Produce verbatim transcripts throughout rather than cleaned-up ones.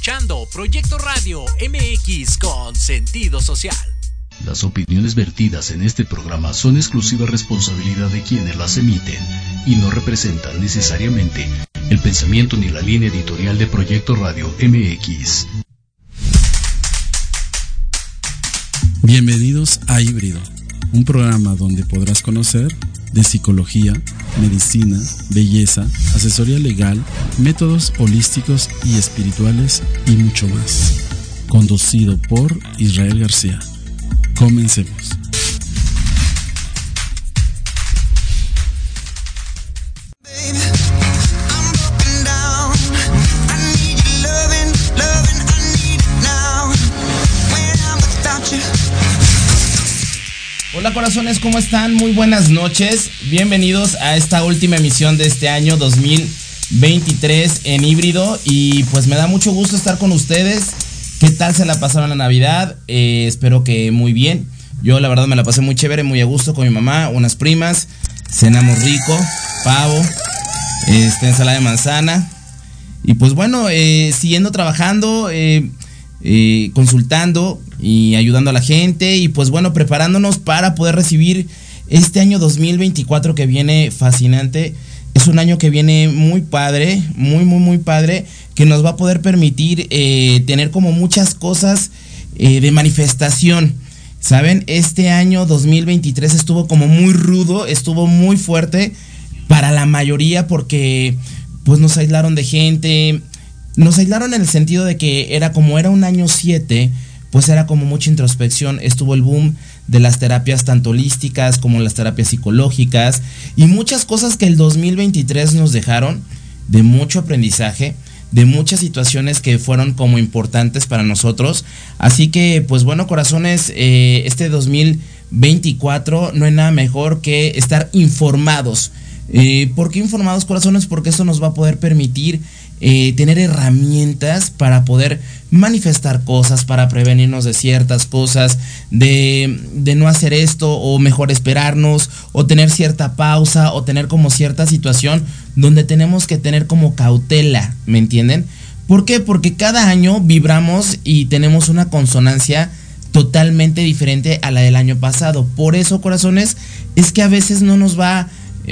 escuchando Proyecto Radio M X con sentido social. Las opiniones vertidas en este programa son exclusiva responsabilidad de quienes las emiten y no representan necesariamente el pensamiento ni la línea editorial de Proyecto Radio M X. Bienvenidos a Híbrido, un programa donde podrás conocer de psicología, medicina, belleza, asesoría legal, métodos holísticos y espirituales y mucho más. Conducido por Israel García. Comencemos. Hola corazones, ¿cómo están? Muy buenas noches. Bienvenidos a esta última emisión de este año dos mil veintitrés en Híbrido. Y pues me da mucho gusto estar con ustedes. ¿Qué tal se la pasaron la Navidad? Eh, espero que muy bien. Yo la verdad me la pasé muy chévere, muy a gusto con mi mamá, unas primas. Cenamos rico, pavo, este, ensalada de manzana. Y pues bueno, eh, siguiendo trabajando, eh, eh, consultando y ayudando a la gente. Y pues bueno, preparándonos para poder recibir este año dos mil veinticuatro que viene fascinante. Es un año que viene muy padre, muy, muy, muy padre, que nos va a poder permitir eh, tener como muchas cosas eh, de manifestación. ¿Saben? Este año dos mil veintitrés estuvo como muy rudo, estuvo muy fuerte para la mayoría porque pues nos aislaron de gente. Nos aislaron en el sentido de que era como era un año siete, pues era como mucha introspección. Estuvo el boom de las terapias tanto holísticas como las terapias psicológicas y muchas cosas que el dos mil veintitrés nos dejaron de mucho aprendizaje, de muchas situaciones que fueron como importantes para nosotros. Así que pues bueno corazones, eh, este dos mil veinticuatro no hay nada mejor que estar informados. Eh, ¿Por qué informados corazones? Porque eso nos va a poder permitir Eh, tener herramientas para poder manifestar cosas, para prevenirnos de ciertas cosas, de, de no hacer esto, o mejor esperarnos, o tener cierta pausa, o tener como cierta situación donde tenemos que tener como cautela, ¿me entienden? ¿Por qué? Porque cada año vibramos y tenemos una consonancia totalmente diferente a la del año pasado. Por eso, corazones, es que a veces no nos va...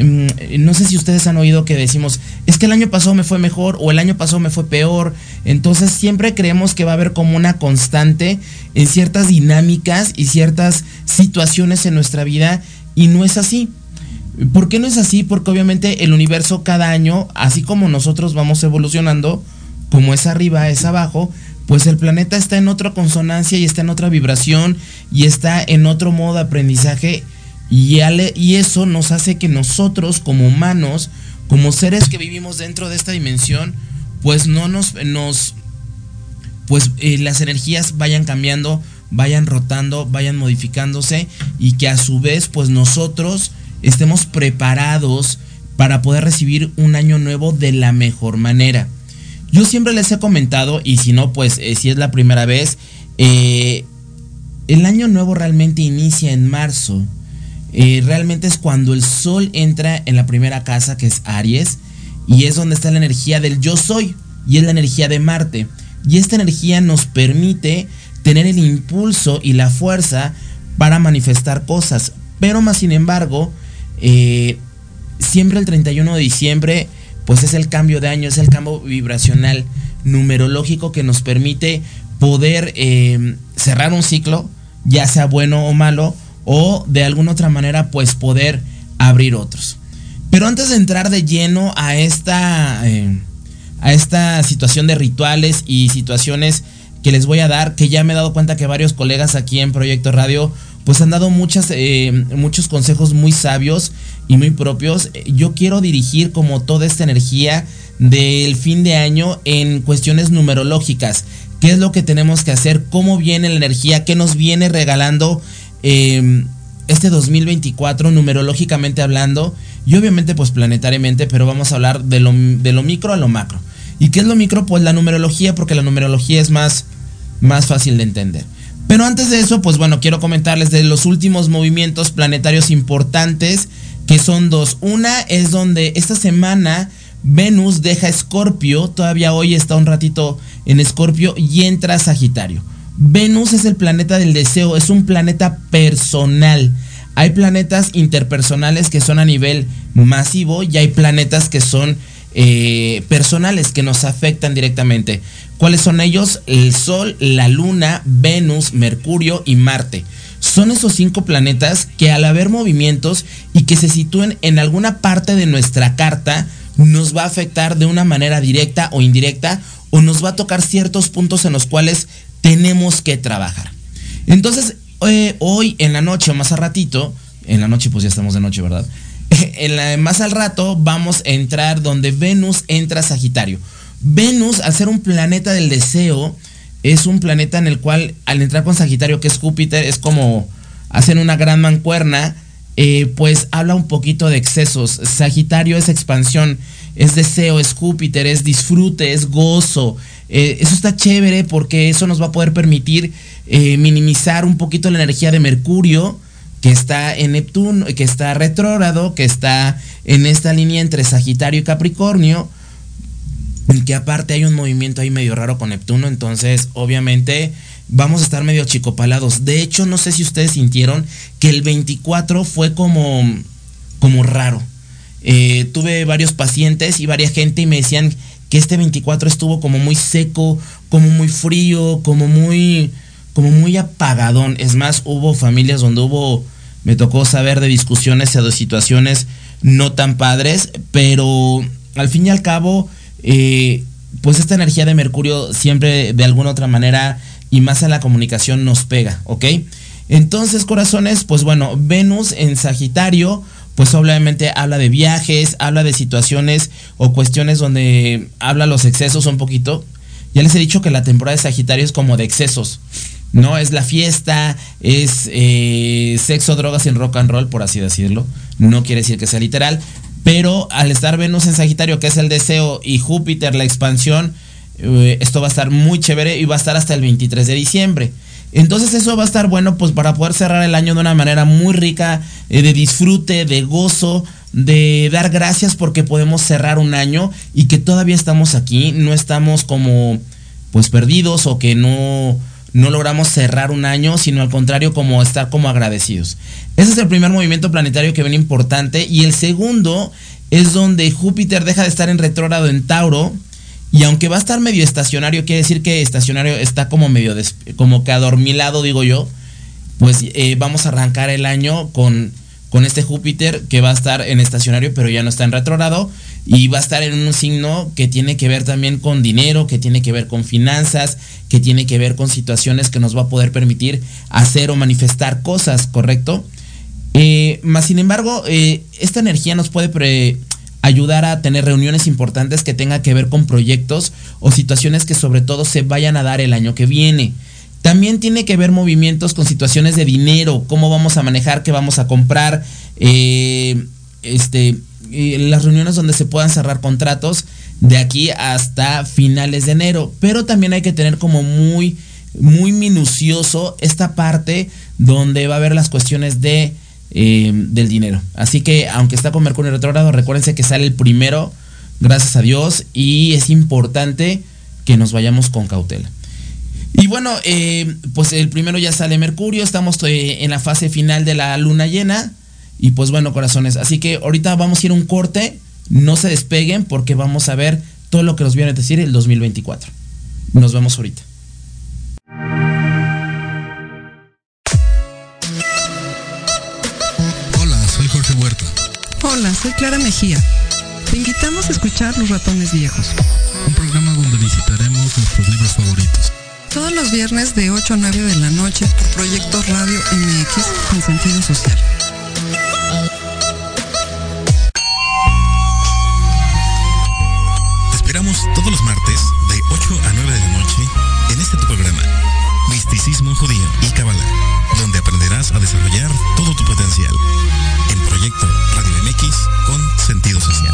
No sé si ustedes han oído que decimos, es que el año pasado me fue mejor o el año pasado me fue peor. Entonces siempre creemos que va a haber como una constante en ciertas dinámicas y ciertas situaciones en nuestra vida, y no es así. ¿Por qué no es así? Porque obviamente el universo cada año, así como nosotros vamos evolucionando, como es arriba es abajo, pues el planeta está en otra consonancia y está en otra vibración y está en otro modo de aprendizaje. Y, ale, y eso nos hace que nosotros como humanos, como seres que vivimos dentro de esta dimensión, pues no nos, nos pues eh, las energías vayan cambiando, vayan rotando, vayan modificándose, y que a su vez pues nosotros estemos preparados para poder recibir un año nuevo de la mejor manera. Yo siempre les he comentado, y si no pues eh, si es la primera vez, eh, el año nuevo realmente inicia en marzo. Eh, realmente es cuando el sol entra en la primera casa, que es Aries, y es donde está la energía del yo soy, y es la energía de Marte, y esta energía nos permite tener el impulso y la fuerza para manifestar cosas. Pero más sin embargo, eh, siempre el treinta y uno de diciembre pues es el cambio de año, es el cambio vibracional numerológico que nos permite poder eh, cerrar un ciclo, ya sea bueno o malo, o de alguna otra manera pues poder abrir otros. Pero antes de entrar de lleno a esta eh, a esta situación de rituales y situaciones que les voy a dar, que ya me he dado cuenta que varios colegas aquí en Proyecto Radio pues han dado muchas, eh, muchos consejos muy sabios y muy propios. Yo quiero dirigir como toda esta energía del fin de año en cuestiones numerológicas. ¿Qué es lo que tenemos que hacer? ¿Cómo viene la energía? ¿Qué nos viene regalando Eh, este dos mil veinticuatro numerológicamente hablando? Y obviamente pues planetariamente, pero vamos a hablar de lo, de lo micro a lo macro. ¿Y qué es lo micro? Pues la numerología, porque la numerología es más, más fácil de entender. Pero antes de eso, pues bueno, quiero comentarles de los últimos movimientos planetarios importantes, que son dos. Una es donde esta semana Venus deja Escorpio, todavía hoy está un ratito en Escorpio y entra a Sagitario. Venus es el planeta del deseo, es un planeta personal. Hay planetas interpersonales que son a nivel masivo y hay planetas que son eh, personales, que nos afectan directamente. ¿Cuáles son ellos? El Sol, la Luna, Venus, Mercurio y Marte. Son esos cinco planetas que al haber movimientos y que se sitúen en alguna parte de nuestra carta, nos va a afectar de una manera directa o indirecta, o nos va a tocar ciertos puntos en los cuales tenemos que trabajar. Entonces, eh, hoy en la noche o más al ratito, en la noche pues ya estamos de noche, ¿verdad? En la, más al rato vamos a entrar donde Venus entra a Sagitario. Venus, al ser un planeta del deseo, es un planeta en el cual al entrar con Sagitario, que es Júpiter, es como hacen una gran mancuerna, eh, pues habla un poquito de excesos. Sagitario es expansión, es deseo, es Júpiter, es disfrute, es gozo. Eh, eso está chévere porque eso nos va a poder permitir eh, minimizar un poquito la energía de Mercurio, que está en Neptuno, que está retrógrado, que está en esta línea entre Sagitario y Capricornio, que aparte hay un movimiento ahí medio raro con Neptuno. Entonces obviamente vamos a estar medio achicopalados. De hecho, no sé si ustedes sintieron que el veinticuatro fue como, como raro. Eh, tuve varios pacientes y varias gente y me decían que este veinticuatro estuvo como muy seco, como muy frío, como muy, como muy apagadón. Es más, hubo familias donde hubo, me tocó saber de discusiones o de situaciones no tan padres, pero al fin y al cabo, eh, pues esta energía de Mercurio siempre de alguna otra manera y más en la comunicación nos pega, ¿ok? Entonces, corazones, pues bueno, Venus en Sagitario, pues obviamente habla de viajes, habla de situaciones o cuestiones donde habla los excesos un poquito. Ya les he dicho que la temporada de Sagitario es como de excesos, ¿no? Es la fiesta, es eh, sexo, drogas y rock and roll, por así decirlo. No quiere decir que sea literal, pero al estar Venus en Sagitario, que es el deseo, y Júpiter, la expansión, eh, esto va a estar muy chévere y va a estar hasta el veintitrés de diciembre. Entonces eso va a estar bueno pues para poder cerrar el año de una manera muy rica, eh, de disfrute, de gozo, de dar gracias porque podemos cerrar un año y que todavía estamos aquí, no estamos como pues perdidos o que no, no logramos cerrar un año, sino al contrario como estar como agradecidos. Ese es el primer movimiento planetario que viene importante, y el segundo es donde Júpiter deja de estar en retrógrado en Tauro. Y aunque va a estar medio estacionario, quiere decir que estacionario está como medio, des, como que adormilado, digo yo, pues eh, vamos a arrancar el año con, con este Júpiter que va a estar en estacionario, pero ya no está en retrógrado, y va a estar en un signo que tiene que ver también con dinero, que tiene que ver con finanzas, que tiene que ver con situaciones que nos va a poder permitir hacer o manifestar cosas, ¿correcto? Eh, más sin embargo, eh, esta energía nos puede pre ayudar a tener reuniones importantes que tengan que ver con proyectos o situaciones que sobre todo se vayan a dar el año que viene. También tiene que ver movimientos con situaciones de dinero, cómo vamos a manejar, qué vamos a comprar, eh, este, eh, las reuniones donde se puedan cerrar contratos de aquí hasta finales de enero. Pero también hay que tener como muy, muy minucioso esta parte donde va a haber las cuestiones de Eh, del dinero. Así que aunque está con Mercurio retrógrado, recuérdense que sale el primero, gracias a Dios, y es importante que nos vayamos con cautela. Y bueno, eh, pues el primero ya sale Mercurio, estamos eh, en la fase final de la luna llena, y pues bueno, corazones, así que ahorita vamos a ir a un corte, no se despeguen porque vamos a ver todo lo que nos viene a decir el dos mil veinticuatro. Nos vemos ahorita. Hola, soy Clara Mejía. Te invitamos a escuchar Los Ratones Viejos, un programa donde visitaremos nuestros libros favoritos. Todos los viernes de ocho a nueve de la noche por Proyecto Radio M X con sentido social. Te esperamos todos los martes de ocho a nueve de la noche en este tu programa, Misticismo Judío y Kabbalah, donde aprenderás a desarrollar todo tu potencial. En Proyecto Radio M X con sentido social.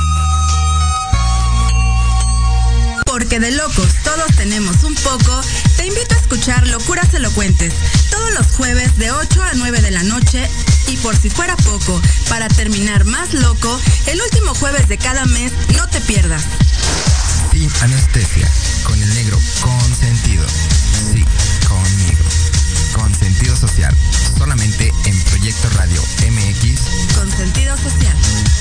Porque de locos todos tenemos un poco, te invito a escuchar Locuras Elocuentes todos los jueves de ocho a nueve de la noche y por si fuera poco, para terminar más loco, el último jueves de cada mes no te pierdas. Sin anestesia, con el negro consentido. Sí, conmigo. Consentido Social, solamente en Proyecto Radio M X. Consentido Social.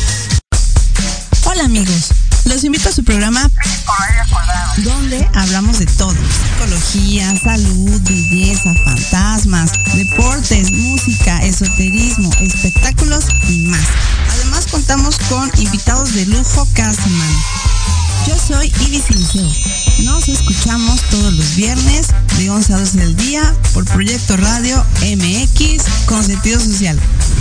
Hola amigos, los invito a su programa donde hablamos de todo: psicología, salud, belleza, fantasmas, deportes, música, esoterismo, espectáculos y más. Además contamos con invitados de lujo cada semana. Yo soy Ibis Liceo. Nos escuchamos todos los viernes de once a doce del día por Proyecto Radio M X con sentido social.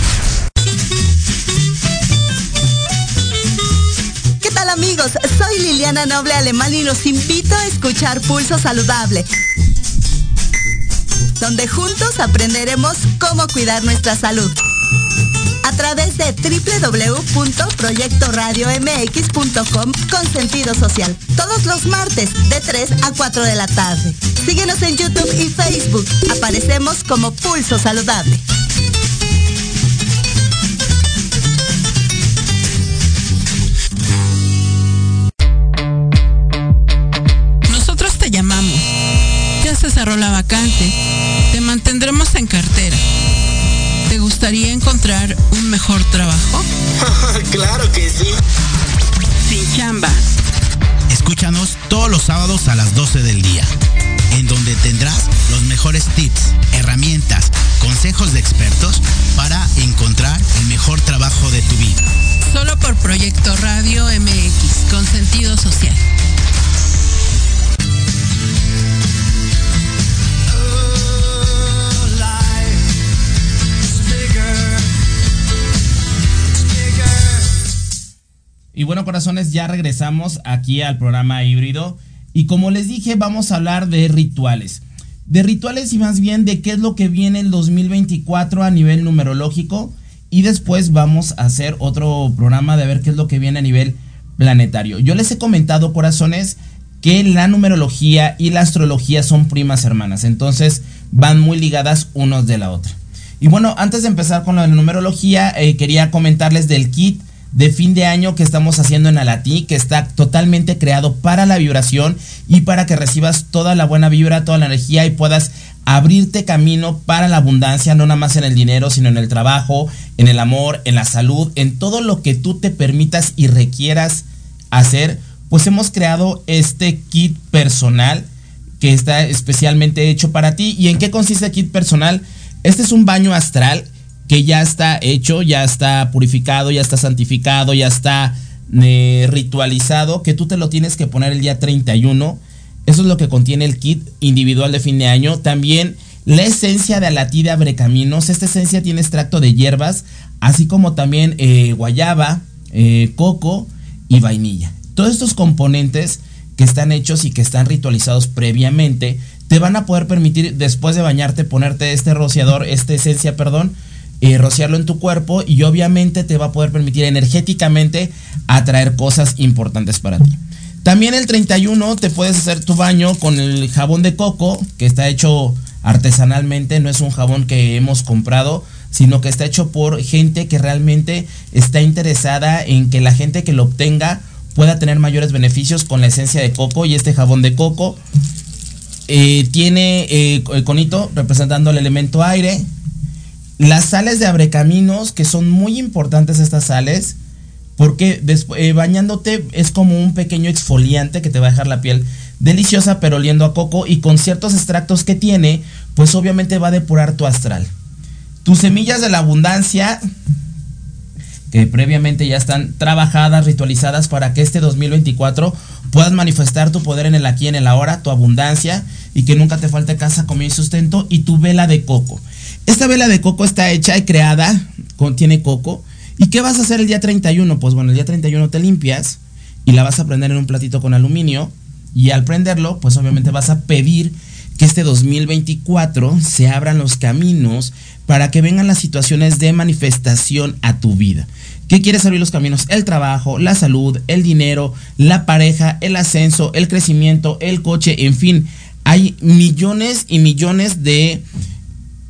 ¿Qué tal amigos? Soy Liliana Noble Alemán y los invito a escuchar Pulso Saludable, donde juntos aprenderemos cómo cuidar nuestra salud. A través de doble u doble u doble u punto proyecto radio m x punto com con sentido social. Todos los martes de tres a cuatro de la tarde. Síguenos en YouTube y Facebook. Aparecemos como Pulso Saludable. Nosotros te llamamos. Ya se cerró la vacante. Te mantendremos en cartera. ¿Te gustaría encontrar un mejor trabajo? ¡Claro que sí! Sin chamba. Escúchanos todos los sábados a las doce del día, en donde tendrás los mejores tips, herramientas, consejos de expertos para encontrar el mejor trabajo de tu vida. Solo por Proyecto Radio M X, con sentido social. Y bueno, corazones, ya regresamos aquí al programa híbrido. Y como les dije, vamos a hablar de rituales. De rituales y más bien de qué es lo que viene el dos mil veinticuatro a nivel numerológico. Y después vamos a hacer otro programa de ver qué es lo que viene a nivel planetario. Yo les he comentado, corazones, que la numerología y la astrología son primas hermanas. Entonces van muy ligadas unos de la otra. Y bueno, antes de empezar con la numerología, eh, quería comentarles del kit de fin de año que estamos haciendo en Alatí, que está totalmente creado para la vibración y para que recibas toda la buena vibra, toda la energía y puedas abrirte camino para la abundancia, no nada más en el dinero, sino en el trabajo, en el amor, en la salud, en todo lo que tú te permitas y requieras hacer. Pues hemos creado este kit personal que está especialmente hecho para ti. ¿Y en qué consiste el kit personal? Este es un baño astral que ya está hecho, ya está purificado, ya está santificado, ya está eh, ritualizado, que tú te lo tienes que poner el día treinta y uno. Eso es lo que contiene el kit individual de fin de año. También la esencia de Alatí de Abrecaminos. Esta esencia tiene extracto de hierbas, así como también eh, guayaba, eh, coco y vainilla. Todos estos componentes que están hechos y que están ritualizados previamente te van a poder permitir, después de bañarte, ponerte este rociador, esta esencia, perdón, Eh, rociarlo en tu cuerpo, y obviamente te va a poder permitir energéticamente atraer cosas importantes para ti. También el treinta y uno te puedes hacer tu baño con el jabón de coco, que está hecho artesanalmente, no es un jabón que hemos comprado, sino que está hecho por gente que realmente está interesada en que la gente que lo obtenga pueda tener mayores beneficios con la esencia de coco. Y este jabón de coco eh, tiene eh, el conito representando el elemento aire. Las sales de Abrecaminos, que son muy importantes estas sales, porque después, eh, bañándote es como un pequeño exfoliante que te va a dejar la piel deliciosa, pero oliendo a coco, y con ciertos extractos que tiene, pues obviamente va a depurar tu astral. Tus semillas de la abundancia, que previamente ya están trabajadas, ritualizadas, para que este dos mil veinticuatro puedas manifestar tu poder en el aquí y en el ahora, tu abundancia, y que nunca te falte casa, comida y sustento. Y tu vela de coco. Esta vela de coco está hecha y creada, contiene coco. ¿Y qué vas a hacer el día treinta y uno? Pues bueno, el día treinta y uno te limpias y la vas a prender en un platito con aluminio, y al prenderlo, pues obviamente vas a pedir que este dos mil veinticuatro se abran los caminos para que vengan las situaciones de manifestación a tu vida. ¿Qué quieres abrir los caminos? El trabajo, la salud, el dinero, la pareja, el ascenso, el crecimiento, el coche, en fin. Hay millones y millones de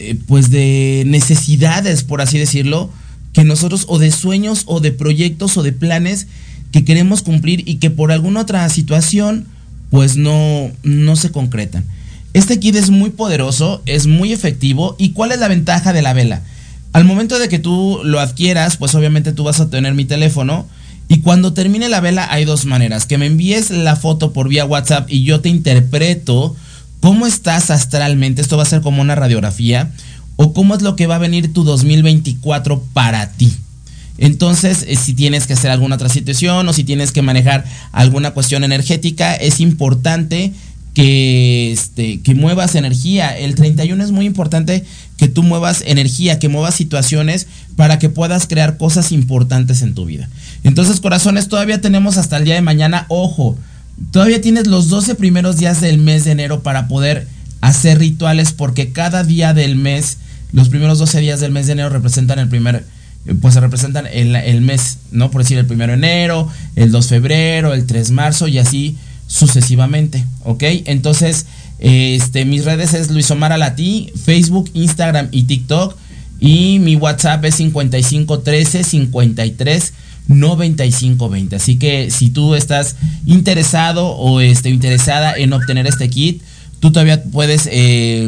eh, pues de necesidades, por así decirlo, que nosotros, o de sueños, o de proyectos, o de planes que queremos cumplir y que por alguna otra situación, pues no, no se concretan. Este kit es muy poderoso, es muy efectivo. ¿Y cuál es la ventaja de la vela? Al momento de que tú lo adquieras, pues obviamente tú vas a tener mi teléfono, y cuando termine la vela hay dos maneras: que me envíes la foto por vía WhatsApp y yo te interpreto cómo estás astralmente, esto va a ser como una radiografía, o cómo es lo que va a venir tu dos mil veinticuatro para ti. Entonces, eh, si tienes que hacer alguna otra situación, o si tienes que manejar alguna cuestión energética, es importante que, este, que muevas energía. El treinta y uno es muy importante que tú muevas energía, que muevas situaciones para que puedas crear cosas importantes en tu vida. Entonces, corazones, todavía tenemos hasta el día de mañana. Ojo, todavía tienes los doce primeros días del mes de enero para poder hacer rituales, porque cada día del mes, los primeros doce días del mes de enero representan el primer, pues se representan el, el mes, ¿no? Por decir, el primero de enero, el dos de febrero, el tres de marzo y así sucesivamente, ¿ok? Entonces, este, mis redes es Luis Omar Alatí, Facebook, Instagram y TikTok, y mi WhatsApp es cincuenta y cinco trece cincuenta y tres noventa y cinco veinte. Así que si tú estás interesado o este, interesada en obtener este kit, tú todavía puedes eh,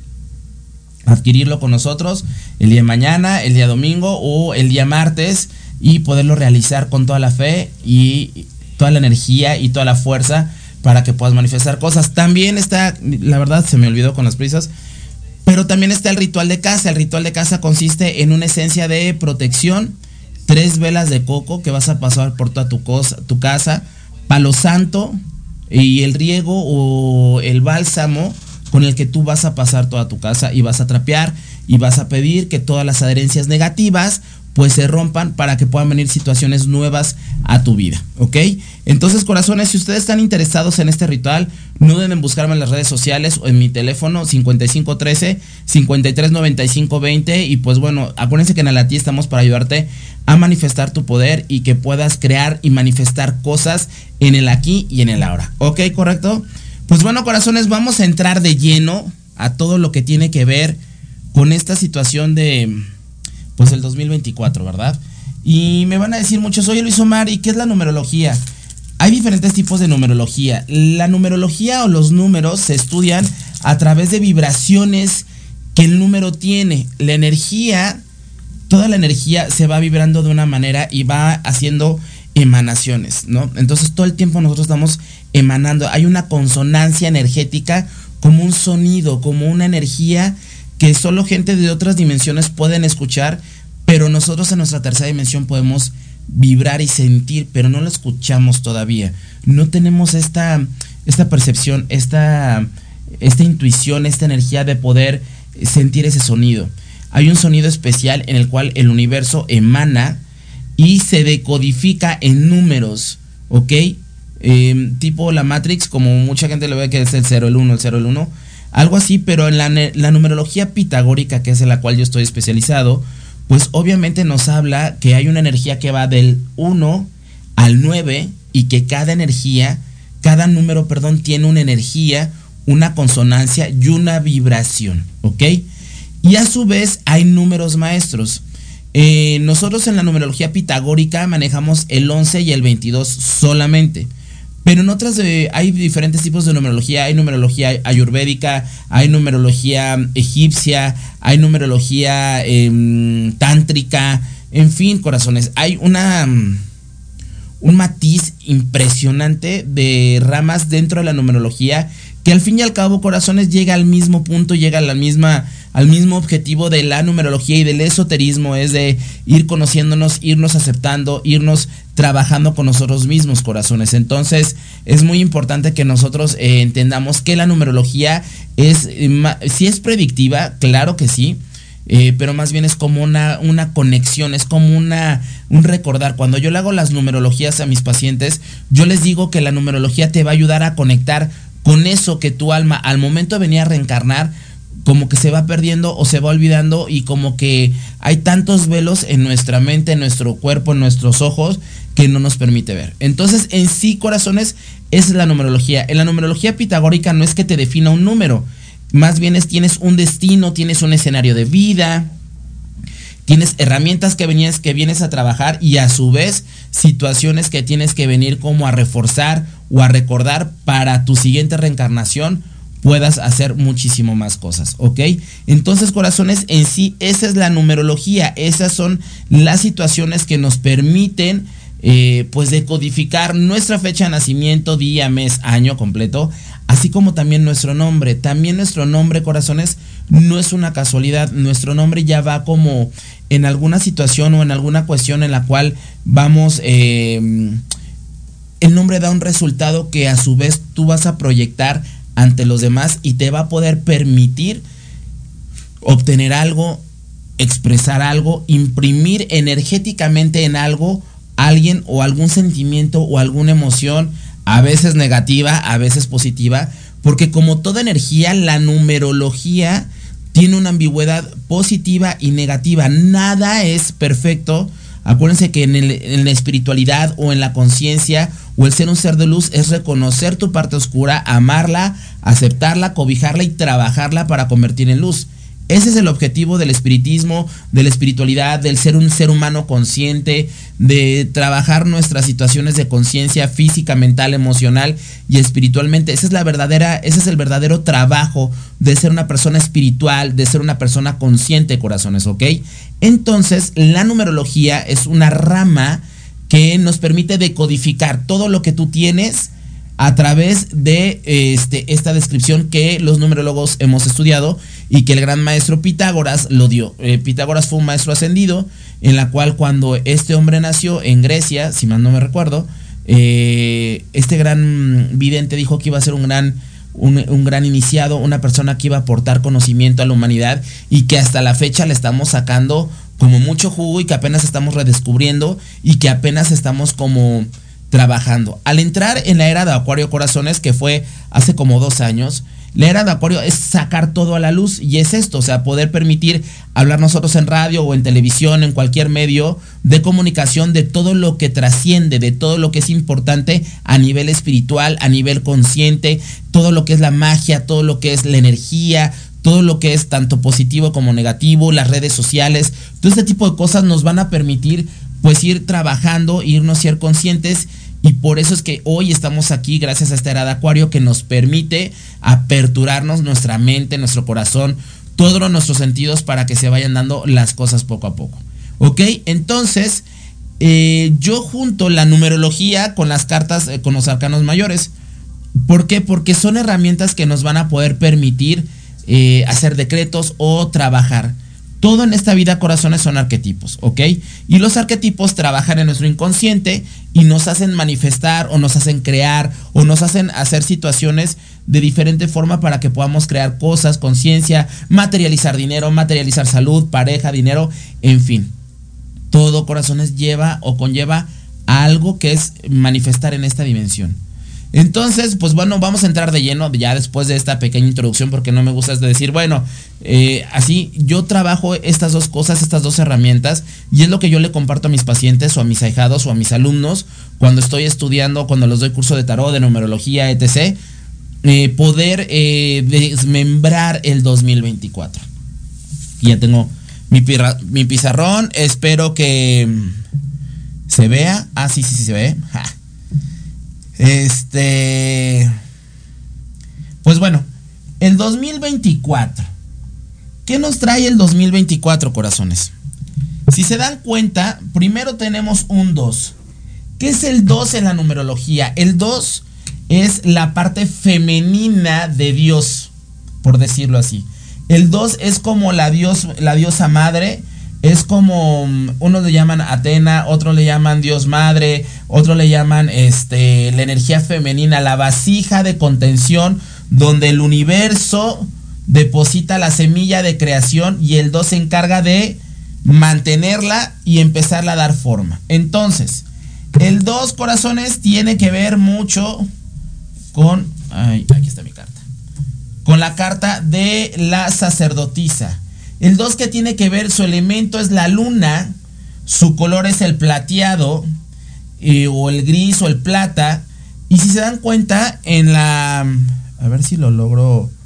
adquirirlo con nosotros el día de mañana, el día domingo o el día martes, y poderlo realizar con toda la fe y toda la energía y toda la fuerza para que puedas manifestar cosas. También está, la verdad se me olvidó con las prisas, pero también está el ritual de casa. El ritual de casa consiste en una esencia de protección, tres velas de coco que vas a pasar por toda tu, cosa, tu casa, palo santo y el riego o el bálsamo con el que tú vas a pasar toda tu casa, y vas a trapear y vas a pedir que todas las adherencias negativas pues se rompan para que puedan venir situaciones nuevas a tu vida, ¿ok? Entonces, corazones, si ustedes están interesados en este ritual, no duden en buscarme en las redes sociales o en mi teléfono cincuenta y cinco trece cincuenta y tres noventa y cinco veinte. Y pues bueno, acuérdense que en Alatí estamos para ayudarte a manifestar tu poder y que puedas crear y manifestar cosas en el aquí y en el ahora, ¿ok? ¿Correcto? Pues bueno, corazones, vamos a entrar de lleno a todo lo que tiene que ver con esta situación de, pues, el dos mil veinticuatro, ¿verdad? Y me van a decir muchos: oye, Luis Omar, ¿y qué es la numerología? Hay diferentes tipos de numerología. La numerología o los números se estudian a través de vibraciones que el número tiene. La energía, toda la energía se va vibrando de una manera y va haciendo emanaciones, ¿no? Entonces todo el tiempo nosotros estamos emanando. Hay una consonancia energética, como un sonido, como una energía que solo gente de otras dimensiones pueden escuchar, pero nosotros en nuestra tercera dimensión podemos vibrar y sentir, pero no lo escuchamos todavía. No tenemos esta, esta percepción, esta, esta intuición, esta energía de poder sentir ese sonido. Hay un sonido especial en el cual el universo emana y se decodifica en números, ¿ok? Eh, tipo la Matrix, como mucha gente lo ve, que es el cero, el uno, el cero, el uno, algo así. Pero en la, la numerología pitagórica, que es en la cual yo estoy especializado, pues obviamente nos habla que hay una energía que va del uno al nueve, y que cada energía, cada número, perdón, tiene una energía, una consonancia y una vibración, ¿ok? Y a su vez hay números maestros. Eh, nosotros en la numerología pitagórica manejamos el once y el veintidós solamente. Pero en otras de, hay diferentes tipos de numerología. Hay numerología ayurvédica, hay numerología egipcia, hay numerología eh, tántrica, en fin, corazones. Hay una un matiz impresionante de ramas dentro de la numerología, que al fin y al cabo, corazones, llega al mismo punto, llega a la misma, al mismo objetivo de la numerología y del esoterismo, es de ir conociéndonos, irnos aceptando, irnos trabajando con nosotros mismos, corazones. Entonces es muy importante que nosotros eh, entendamos que la numerología es, eh, sí es predictiva, claro que sí, eh, pero más bien es como una, una conexión, es como una, un recordar. Cuando yo le hago las numerologías a mis pacientes, yo les digo que la numerología te va a ayudar a conectar con eso que tu alma al momento de venir a reencarnar como que se va perdiendo o se va olvidando, y como que hay tantos velos en nuestra mente, en nuestro cuerpo, en nuestros ojos, que no nos permite ver. Entonces, en sí, corazones, es la numerología. En la numerología pitagórica no es que te defina un número. más bien es, tienes un destino, tienes un escenario de vida, tienes herramientas que vienes, que vienes a trabajar y a su vez situaciones que tienes que venir como a reforzar o a recordar para tu siguiente reencarnación puedas hacer muchísimo más cosas, ¿ok? Entonces, corazones, en sí, esa es la numerología, esas son las situaciones que nos permiten eh, pues decodificar nuestra fecha de nacimiento, día, mes, año completo, así como también nuestro nombre. También nuestro nombre, corazones, no es una casualidad, nuestro nombre ya va como en alguna situación o en alguna cuestión en la cual vamos, eh, el nombre da un resultado que a su vez tú vas a proyectar ante los demás y te va a poder permitir obtener algo, expresar algo, imprimir energéticamente en algo, alguien o algún sentimiento o alguna emoción, a veces negativa, a veces positiva, porque como toda energía, la numerología tiene una ambigüedad positiva y negativa. Nada es perfecto. Acuérdense que en, el, en la espiritualidad o en la conciencia o el ser un ser de luz es reconocer tu parte oscura, amarla, aceptarla, cobijarla y trabajarla para convertir en luz. Ese es el objetivo del espiritismo, de la espiritualidad, del ser un ser humano consciente, de trabajar nuestras situaciones de conciencia física, mental, emocional y espiritualmente. Esa es la verdadera, ese es el verdadero trabajo de ser una persona espiritual, de ser una persona consciente, corazones, ¿ok? Entonces, la numerología es una rama que nos permite decodificar todo lo que tú tienes a través de este, esta descripción que los numerólogos hemos estudiado y que el gran maestro Pitágoras lo dio. Eh, Pitágoras fue un maestro ascendido en la cual cuando este hombre nació en Grecia, si mal no me recuerdo, eh, este gran vidente dijo que iba a ser un gran, un, un gran iniciado, una persona que iba a aportar conocimiento a la humanidad y que hasta la fecha le estamos sacando como mucho jugo y que apenas estamos redescubriendo y que apenas estamos como trabajando. Al entrar en la era de Acuario, corazones, que fue hace como dos años, la era de Acuario es sacar todo a la luz y es esto, o sea, poder permitir hablar nosotros en radio o en televisión, en cualquier medio de comunicación de todo lo que trasciende, de todo lo que es importante a nivel espiritual, a nivel consciente, todo lo que es la magia, todo lo que es la energía, todo lo que es tanto positivo como negativo, las redes sociales, todo este tipo de cosas nos van a permitir pues ir trabajando, irnos ser conscientes y por eso es que hoy estamos aquí gracias a esta era de Acuario que nos permite aperturarnos nuestra mente, nuestro corazón, todos nuestros sentidos para que se vayan dando las cosas poco a poco. Ok, entonces eh, yo junto la numerología con las cartas, eh, con los arcanos mayores. ¿Por qué? Porque son herramientas que nos van a poder permitir eh, hacer decretos o trabajar. Todo en esta vida, corazones, son arquetipos, ¿ok? Y los arquetipos trabajan en nuestro inconsciente y nos hacen manifestar o nos hacen crear o nos hacen hacer situaciones de diferente forma para que podamos crear cosas, conciencia, materializar dinero, materializar salud, pareja, dinero, en fin. Todo, corazones, lleva o conlleva a algo que es manifestar en esta dimensión. Entonces, pues bueno, vamos a entrar de lleno ya después de esta pequeña introducción porque no me gusta es de decir, bueno, eh, así yo trabajo estas dos cosas, estas dos herramientas y es lo que yo le comparto a mis pacientes o a mis ahijados o a mis alumnos cuando estoy estudiando, cuando les doy curso de tarot, de numerología, etcétera. Eh, poder eh, desmembrar el dos mil veinticuatro. Y ya tengo mi, pirra, mi pizarrón, espero que se vea. Ah, sí, sí, sí se ve. Ja. Este, pues bueno, el dos mil veinticuatro. ¿Qué nos trae el dos mil veinticuatro, corazones? Si se dan cuenta, primero tenemos un dos. ¿Qué es el dos en la numerología? El dos es la parte femenina de Dios, por decirlo así. El dos es como la, dios, la diosa madre. Es como, unos le llaman Atena, otros le llaman Dios Madre, otros le llaman este, la energía femenina, la vasija de contención, donde el universo deposita la semilla de creación y el dos se encarga de mantenerla y empezarla a dar forma. Entonces, el dos, corazones, tiene que ver mucho con, ay, aquí está mi carta, con la carta de la sacerdotisa. El dos que tiene que ver, su elemento es la luna, su color es el plateado eh, o el gris o el plata. Y si se dan cuenta en la, a ver si lo logro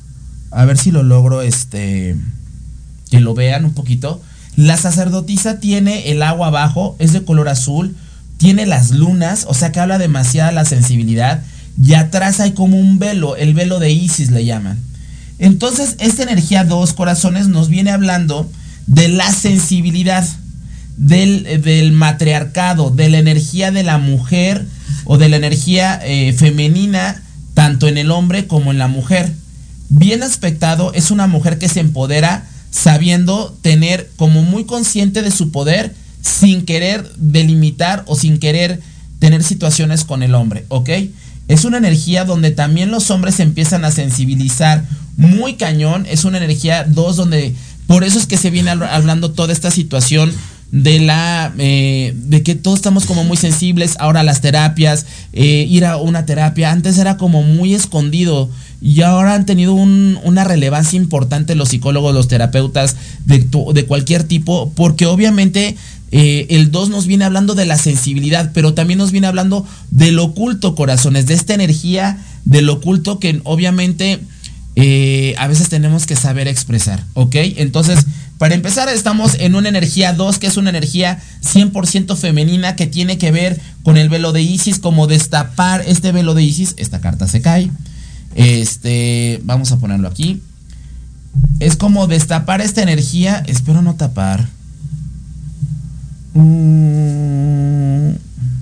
a ver si lo logro, este, que lo vean un poquito. La sacerdotisa tiene el agua abajo, es de color azul, tiene las lunas, o sea que habla demasiada la sensibilidad, y atrás hay como un velo, el velo de Isis le llaman. Entonces esta energía dos, corazones, nos viene hablando de la sensibilidad, del, del matriarcado, de la energía de la mujer o de la energía eh, femenina, tanto en el hombre como en la mujer. Bien aspectado, es una mujer que se empodera sabiendo tener como muy consciente de su poder, sin querer delimitar o sin querer tener situaciones con el hombre, ¿ok? Es una energía donde también los hombres se empiezan a sensibilizar muy cañón. Es una energía dos donde, por eso es que se viene hablando toda esta situación de la eh, de que todos estamos como muy sensibles. Ahora las terapias, eh, ir a una terapia, antes era como muy escondido y ahora han tenido un, una relevancia importante los psicólogos, los terapeutas de, de cualquier tipo, porque obviamente eh, el dos nos viene hablando de la sensibilidad, pero también nos viene hablando del oculto, corazones, de esta energía del oculto que obviamente eh, a veces tenemos que saber expresar, ¿ok? Entonces, para empezar, estamos en una energía dos, que es una energía cien por ciento femenina, que tiene que ver con el velo de Isis, como destapar este velo de Isis. Esta carta se cae. Este, vamos a ponerlo aquí. Es como destapar esta energía. Espero no tapar. Mm.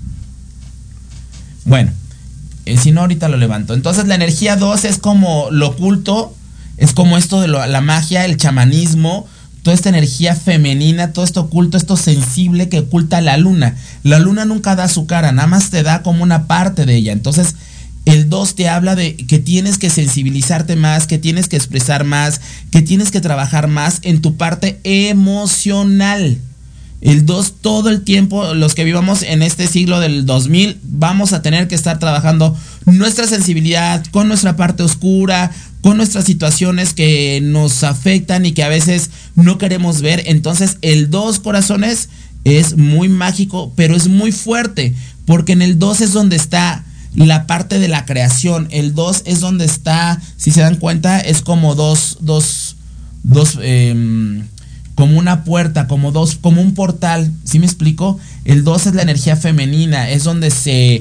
Bueno, eh, si no, ahorita lo levanto. Entonces, la energía dos es como lo oculto, es como esto de lo, la magia, el chamanismo. Toda esta energía femenina, todo esto oculto, esto sensible que oculta la luna. La luna nunca da su cara, nada más te da como una parte de ella. Entonces, el dos te habla de que tienes que sensibilizarte más, que tienes que expresar más, que tienes que trabajar más en tu parte emocional. El dos, todo el tiempo, los que vivamos en este siglo del dos mil, vamos a tener que estar trabajando nuestra sensibilidad con nuestra parte oscura, con nuestras situaciones que nos afectan y que a veces no queremos ver. Entonces el dos, corazones, es muy mágico, pero es muy fuerte, porque en el dos es donde está la parte de la creación. El dos es donde está, si se dan cuenta, es como dos, dos, dos, eh, como una puerta, como dos, como un portal. ¿Sí me explico? El dos es la energía femenina, es donde se...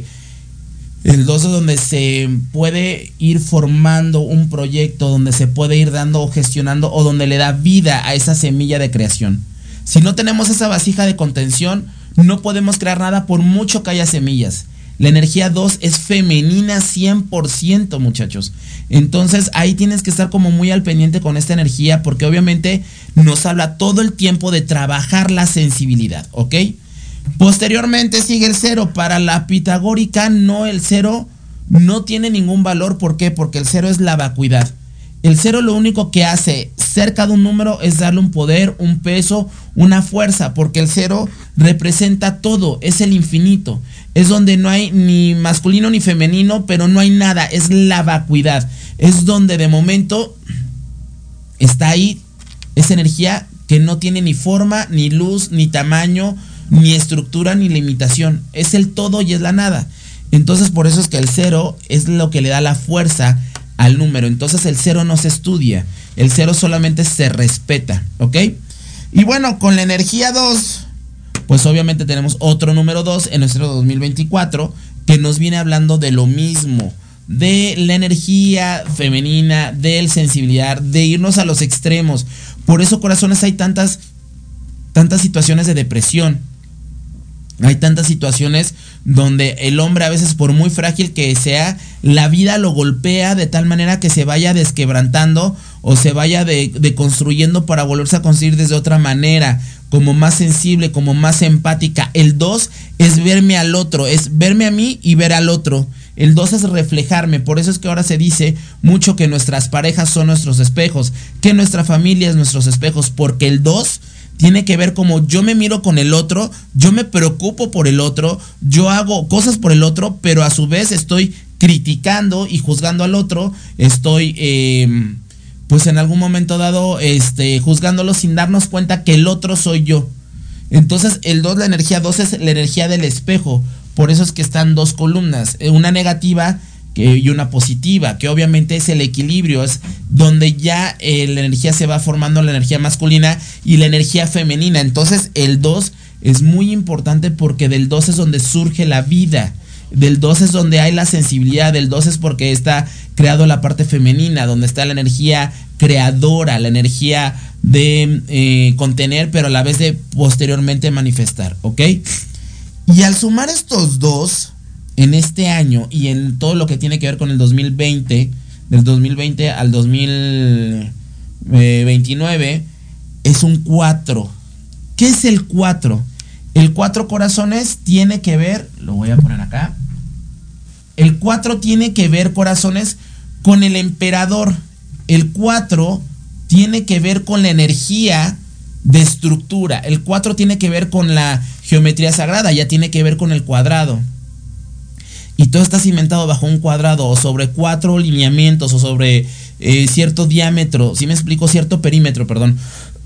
El dos es donde se puede ir formando un proyecto, donde se puede ir dando o gestionando, o donde le da vida a esa semilla de creación. Si no tenemos esa vasija de contención, no podemos crear nada por mucho que haya semillas. La energía dos es femenina cien por ciento, muchachos. Entonces ahí tienes que estar como muy al pendiente con esta energía, porque obviamente nos habla todo el tiempo de trabajar la sensibilidad, ¿ok? Posteriormente sigue el cero. Para la pitagórica, no, el cero no tiene ningún valor. ¿Por qué? Porque el cero es la vacuidad. El cero lo único que hace cerca de un número es darle un poder, un peso, una fuerza, porque el cero representa todo, es el infinito. Es donde no hay ni masculino ni femenino, pero no hay nada, es la vacuidad. Es donde de momento está ahí esa energía que no tiene ni forma, ni luz, ni tamaño, ni estructura, ni limitación. Es el todo y es la nada. Entonces por eso es que el cero es lo que le da la fuerza al número. Entonces el cero no se estudia, el cero solamente se respeta, ¿ok? Y bueno, con la energía dos, pues obviamente tenemos otro número dos en nuestro dos mil veinticuatro, que nos viene hablando de lo mismo, de la energía femenina, de sensibilidad, de irnos a los extremos. Por eso, corazones, hay tantas tantas situaciones de depresión. Hay tantas situaciones donde el hombre, a veces por muy frágil que sea, la vida lo golpea de tal manera que se vaya desquebrantando o se vaya de, de construyendo para volverse a construir desde otra manera, como más sensible, como más empática. El dos es verme al otro, es verme a mí y ver al otro. El dos es reflejarme. Por eso es que ahora se dice mucho que nuestras parejas son nuestros espejos, que nuestra familia es nuestros espejos, porque el dos tiene que ver como yo me miro con el otro, yo me preocupo por el otro, yo hago cosas por el otro, pero a su vez estoy criticando y juzgando al otro, estoy eh, pues en algún momento dado este, juzgándolo sin darnos cuenta que el otro soy yo. Entonces el dos, la energía dos es la energía del espejo. Por eso es que están dos columnas, una negativa que, y una positiva, que obviamente es el equilibrio, es donde ya eh, la energía se va formando, la energía masculina y la energía femenina. Entonces el dos es muy importante porque del dos es donde surge la vida. Del dos es donde hay la sensibilidad, del dos es porque está creado la parte femenina, donde está la energía creadora, la energía de eh, contener, pero a la vez de posteriormente manifestar, ¿ok? Y al sumar estos dos en este año y en todo lo que tiene que ver con el dos mil veinte, del dos mil veinte al dos mil veintinueve, es un cuatro. ¿Qué es el cuatro? El cuatro, corazones, tiene que ver, lo voy a poner acá. El cuatro tiene que ver, corazones, con el emperador. El cuatro tiene que ver con la energía de estructura. El cuatro tiene que ver con la geometría sagrada, ya tiene que ver con el cuadrado. Y todo está cimentado bajo un cuadrado o sobre cuatro lineamientos o sobre eh, cierto diámetro, si me explico, cierto perímetro, perdón.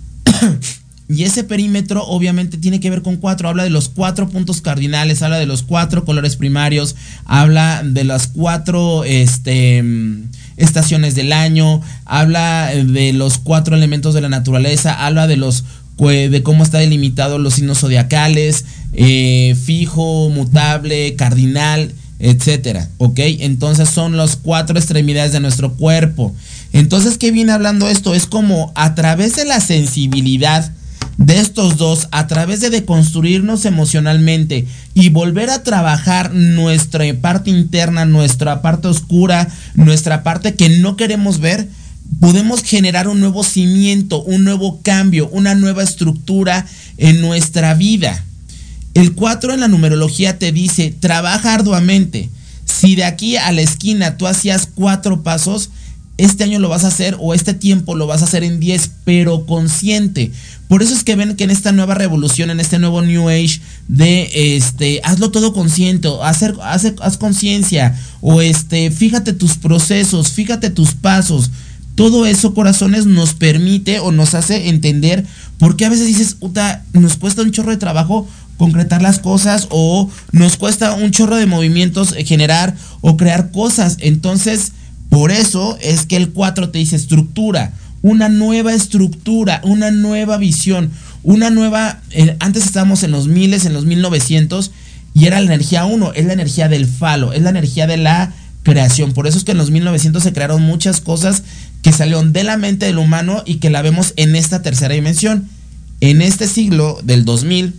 Y ese perímetro obviamente tiene que ver con cuatro, habla de los cuatro puntos cardinales, habla de los cuatro colores primarios, habla de las cuatro este, estaciones del año, habla de los cuatro elementos de la naturaleza, habla de los de cómo está delimitado los signos zodiacales, eh, fijo, mutable, cardinal, etcétera, ¿ok? Entonces son las cuatro extremidades de nuestro cuerpo. Entonces, ¿qué viene hablando esto? Es como a través de la sensibilidad de estos dos, a través de deconstruirnos emocionalmente y volver a trabajar nuestra parte interna, nuestra parte oscura, nuestra parte que no queremos ver, podemos generar un nuevo cimiento, un nuevo cambio, una nueva estructura en nuestra vida. El cuatro en la numerología te dice, trabaja arduamente. Si de aquí a la esquina tú hacías cuatro pasos, este año lo vas a hacer o este tiempo lo vas a hacer en diez, pero consciente. Por eso es que ven que en esta nueva revolución, en este nuevo New Age de este, hazlo todo consciente, hacer, hace, haz conciencia, o este, fíjate tus procesos, fíjate tus pasos. Todo eso, corazones, nos permite o nos hace entender por qué a veces dices, puta, nos cuesta un chorro de trabajo concretar las cosas o nos cuesta un chorro de movimientos generar o crear cosas. Entonces, por eso es que el cuatro te dice estructura, una nueva estructura, una nueva visión, una nueva, eh, antes estábamos en los miles, en los mil novecientos y era la energía uno, es la energía del falo, es la energía de la creación. Por eso es que en los mil novecientos se crearon muchas cosas que salieron de la mente del humano y que la vemos en esta tercera dimensión. En este siglo del dos mil,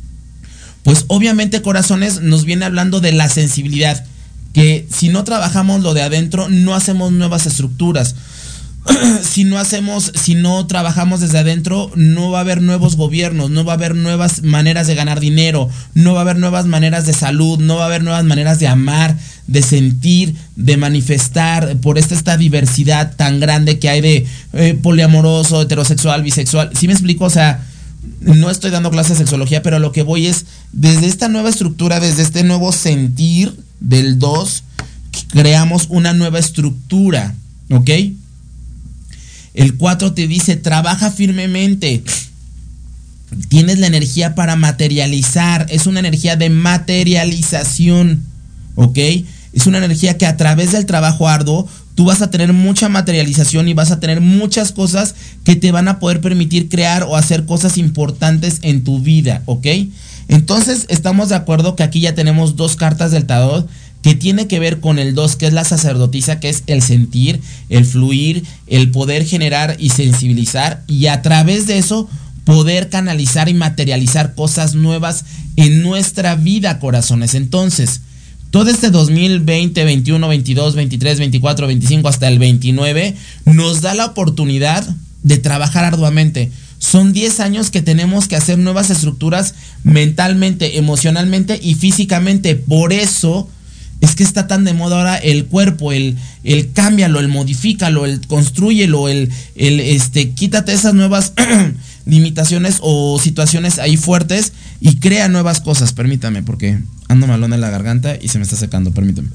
pues obviamente, corazones, nos viene hablando de la sensibilidad, que si no trabajamos lo de adentro, no hacemos nuevas estructuras. Si no hacemos, si no trabajamos desde adentro, no va a haber nuevos gobiernos, no va a haber nuevas maneras de ganar dinero, no va a haber nuevas maneras de salud, no va a haber nuevas maneras de amar, de sentir, de manifestar, por esta, esta diversidad tan grande que hay de eh, poliamoroso, heterosexual, bisexual. ¿Sí me explico? O sea, no estoy dando clases de sexología, pero lo que voy es, desde esta nueva estructura, desde este nuevo sentir del dos, creamos una nueva estructura, ¿ok? El cuatro te dice, trabaja firmemente. Tienes la energía para materializar. Es una energía de materialización, ¿ok? Es una energía que a través del trabajo arduo tú vas a tener mucha materialización y vas a tener muchas cosas que te van a poder permitir crear o hacer cosas importantes en tu vida, ¿ok? Entonces estamos de acuerdo que aquí ya tenemos dos cartas del tarot que tiene que ver con el dos, que es la sacerdotisa, que es el sentir, el fluir, el poder generar y sensibilizar, y a través de eso poder canalizar y materializar cosas nuevas en nuestra vida, corazones. Entonces, todo este dos mil veinte, veintiuno, veintidós, veintitrés, veinticuatro, veinticinco hasta el veintinueve nos da la oportunidad de trabajar arduamente. Son diez años que tenemos que hacer nuevas estructuras mentalmente, emocionalmente y físicamente. Por eso es que está tan de moda ahora el cuerpo, el, el cámbialo, el modifícalo, el construyelo, el, el este, quítate esas nuevas limitaciones o situaciones ahí fuertes y crea nuevas cosas. Permítame, porque ando malón en la garganta y se me está secando, permítame.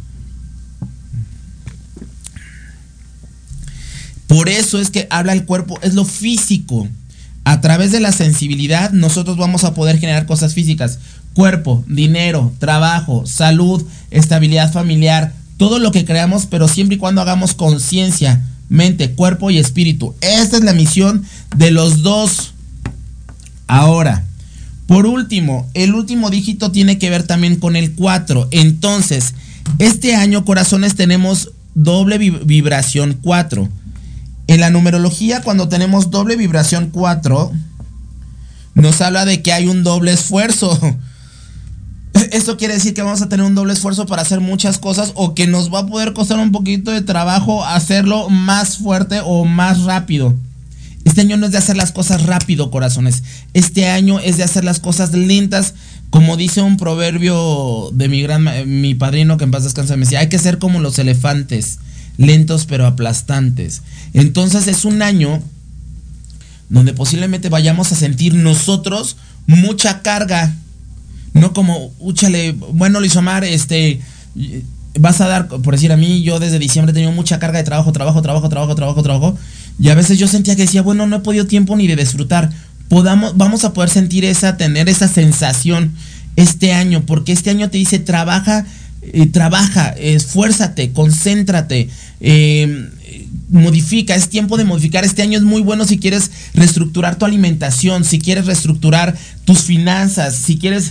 Por eso es que habla el cuerpo, es lo físico. A través de la sensibilidad nosotros vamos a poder generar cosas físicas. Cuerpo, dinero, trabajo, salud, estabilidad familiar, todo lo que creamos, pero siempre y cuando hagamos conciencia, mente, cuerpo y espíritu. Esta es la misión de los dos. Ahora, por último, el último dígito tiene que ver también con el cuatro. Entonces, este año, corazones, tenemos doble vibración cuatro. En la numerología, cuando tenemos doble vibración cuatro, nos habla de que hay un doble esfuerzo. Esto quiere decir que vamos a tener un doble esfuerzo para hacer muchas cosas, o que nos va a poder costar un poquito de trabajo hacerlo más fuerte o más rápido. Este año no es de hacer las cosas rápido, corazones. Este año es de hacer las cosas lentas. Como dice un proverbio de mi gran mi padrino, que en paz descanse, me decía, hay que ser como los elefantes, lentos pero aplastantes. Entonces es un año donde posiblemente vayamos a sentir nosotros mucha carga. No como, úchale, bueno, Luis Omar, este, vas a dar, por decir a mí, yo desde diciembre he tenido mucha carga de trabajo, trabajo, trabajo, trabajo, trabajo, trabajo. Y a veces yo sentía que decía, bueno, no he podido tiempo ni de disfrutar. Podamos, vamos a poder sentir esa, tener esa sensación este año, porque este año te dice, trabaja, eh, trabaja, esfuérzate, concéntrate, eh, modifica, es tiempo de modificar. Este año es muy bueno si quieres reestructurar tu alimentación, si quieres reestructurar tus finanzas, si quieres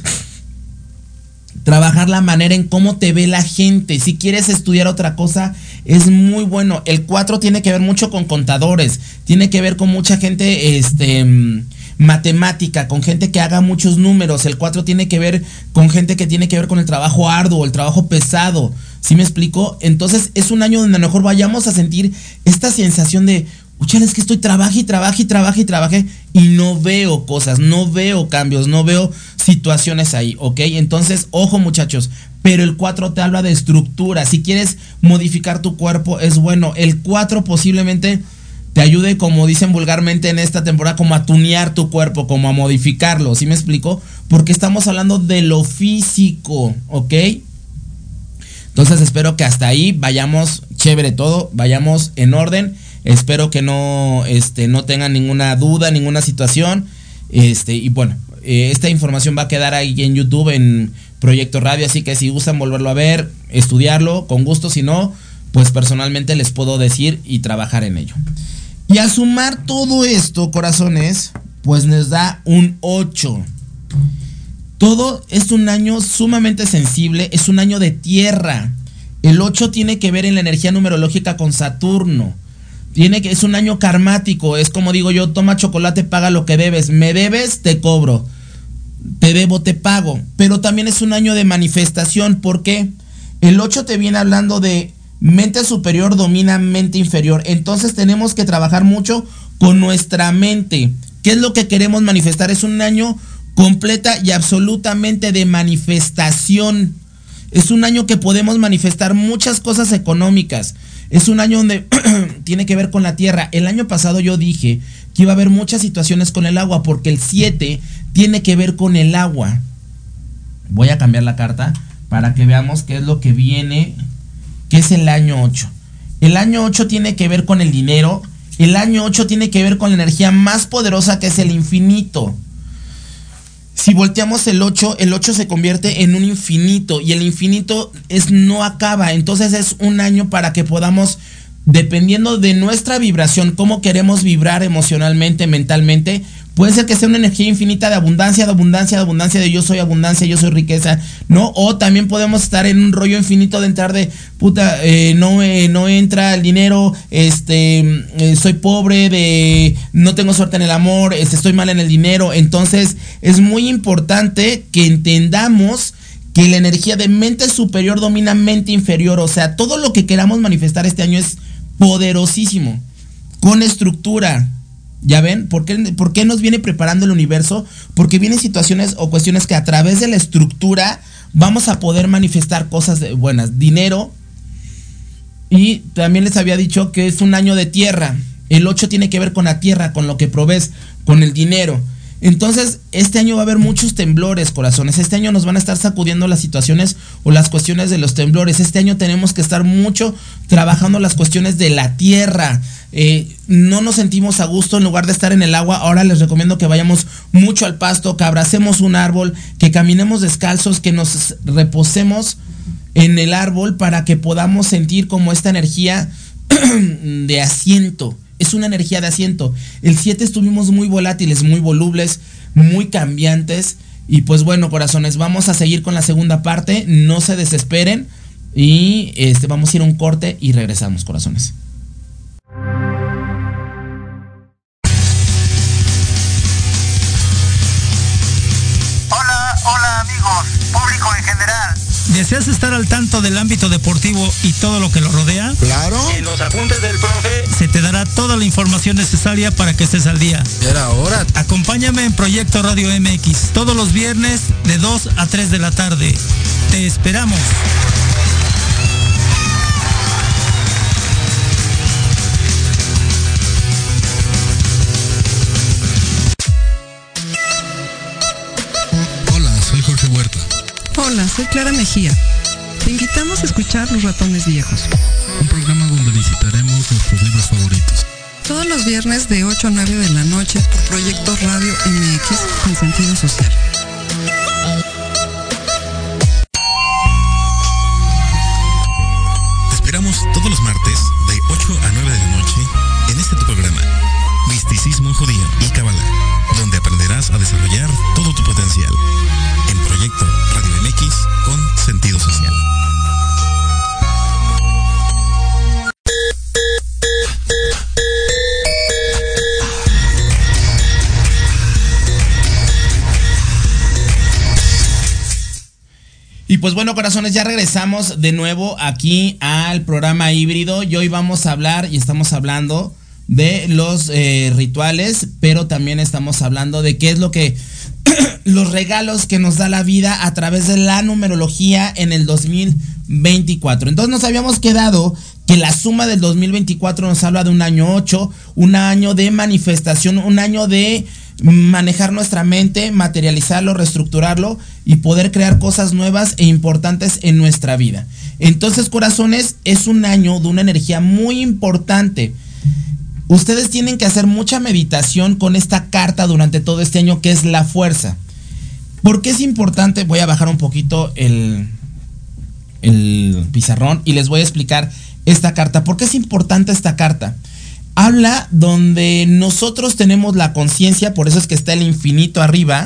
trabajar la manera en cómo te ve la gente, si quieres estudiar otra cosa, es muy bueno. El cuatro tiene que ver mucho con contadores, tiene que ver con mucha gente este matemática, con gente que haga muchos números. El cuatro tiene que ver con gente que tiene que ver con el trabajo arduo, el trabajo pesado. ¿Sí me explico? Entonces es un año donde a lo mejor vayamos a sentir esta sensación de, uchale, es que estoy trabaje y trabaje y trabaje y trabaje y no veo cosas, no veo cambios, no veo situaciones ahí, ¿ok? Entonces, ojo, muchachos, pero el cuatro te habla de estructura. Si quieres modificar tu cuerpo, es bueno. El cuatro posiblemente te ayude, como dicen vulgarmente en esta temporada, como a tunear tu cuerpo, como a modificarlo. ¿Sí me explico? Porque estamos hablando de lo físico, ¿ok? Entonces espero que hasta ahí vayamos chévere todo, vayamos en orden. Espero que no, este, no tengan ninguna duda, ninguna situación. Este, y bueno, eh, esta información va a quedar ahí en YouTube, en Proyecto Radio, así que si gustan volverlo a ver, estudiarlo, con gusto. Si no, pues personalmente les puedo decir y trabajar en ello. Y a sumar todo esto, corazones, pues nos da un ocho. Todo es un año sumamente sensible, es un año de tierra. El ocho tiene que ver en la energía numerológica con Saturno. Tiene que, es un año karmático, es como digo yo, toma chocolate, paga lo que debes. Me debes, te cobro. Te debo, te pago. Pero también es un año de manifestación. ¿Por qué? El ocho te viene hablando de mente superior domina mente inferior. Entonces tenemos que trabajar mucho con nuestra mente. ¿Qué es lo que queremos manifestar? Es un año completa y absolutamente de manifestación. Es un año que podemos manifestar muchas cosas económicas. Es un año donde tiene que ver con la tierra. El año pasado yo dije que iba a haber muchas situaciones con el agua, porque el siete tiene que ver con el agua. Voy a cambiar la carta para que veamos qué es lo que viene, que es el año ocho. El año ocho tiene que ver con el dinero. El año ocho tiene que ver con la energía más poderosa, que es el infinito. Si volteamos el ocho, el ocho se convierte en un infinito, y el infinito es no acaba. Entonces es un año para que podamos, dependiendo de nuestra vibración, cómo queremos vibrar emocionalmente, mentalmente, puede ser que sea una energía infinita de abundancia, de abundancia, de abundancia, de yo soy abundancia, yo soy riqueza, ¿no? O también podemos estar en un rollo infinito de entrar de, puta, eh, no, eh, no entra el dinero, este, eh, soy pobre, de no tengo suerte en el amor, este, estoy mal en el dinero. Entonces es muy importante que entendamos que la energía de mente superior domina mente inferior. O sea, todo lo que queramos manifestar este año es poderosísimo, con estructura. ¿Ya ven? ¿Por qué, ¿Por qué nos viene preparando el universo? Porque vienen situaciones o cuestiones que a través de la estructura vamos a poder manifestar cosas buenas. Dinero. Y también les había dicho que es un año de tierra. El ocho tiene que ver con la tierra, con lo que provees, con el dinero. Entonces, este año va a haber muchos temblores, corazones. Este año nos van a estar sacudiendo las situaciones o las cuestiones de los temblores. Este año tenemos que estar mucho trabajando las cuestiones de la tierra. Eh, no nos sentimos a gusto en lugar de estar en el agua. Ahora les recomiendo que vayamos mucho al pasto, que abracemos un árbol, que caminemos descalzos, que nos reposemos en el árbol para que podamos sentir como esta energía de asiento. Es una energía de asiento. El siete estuvimos muy volátiles, muy volubles, muy cambiantes. Y pues bueno, corazones, vamos a seguir con la segunda parte. No se desesperen. Y este, vamos a ir a un corte y regresamos, corazones. Hola, hola amigos, público en general. ¿Deseas estar al tanto del ámbito deportivo y todo lo que lo rodea? Claro. En los apuntes del profe se te dará toda la información necesaria para que estés al día. Era hora. Acompáñame en Proyecto Radio M X todos los viernes de dos a tres de la tarde. Te esperamos. Hola, soy Jorge Huerta. Hola, soy Clara Mejía. Te invitamos a escuchar Los Ratones Viejos, un programa donde visitaremos nuestros libros favoritos. Todos los viernes de ocho a nueve de la noche por Proyecto Radio M X con sentido social. Te esperamos todos los martes de ocho a nueve de la noche en este tu programa, Misticismo Judío y Kabbalah, donde aprenderás a desarrollar todo tu potencial. En Proyecto Radio M X con sentido social. Y pues bueno, corazones, ya regresamos de nuevo aquí al programa híbrido y hoy vamos a hablar y estamos hablando de los eh, rituales, pero también estamos hablando de qué es lo que los regalos que nos da la vida a través de la numerología en el dos mil veinticuatro. Entonces nos habíamos quedado que la suma del dos mil veinticuatro nos habla de un año ocho, un año de manifestación, un año de manejar nuestra mente, materializarlo, reestructurarlo y poder crear cosas nuevas e importantes en nuestra vida. Entonces, corazones, es un año de una energía muy importante. Ustedes tienen que hacer mucha meditación con esta carta durante todo este año, que es la fuerza. ¿Por qué es importante? Voy a bajar un poquito el, el pizarrón y les voy a explicar esta carta. ¿Por qué es importante esta carta? Habla donde nosotros tenemos la conciencia, por eso es que está el infinito arriba.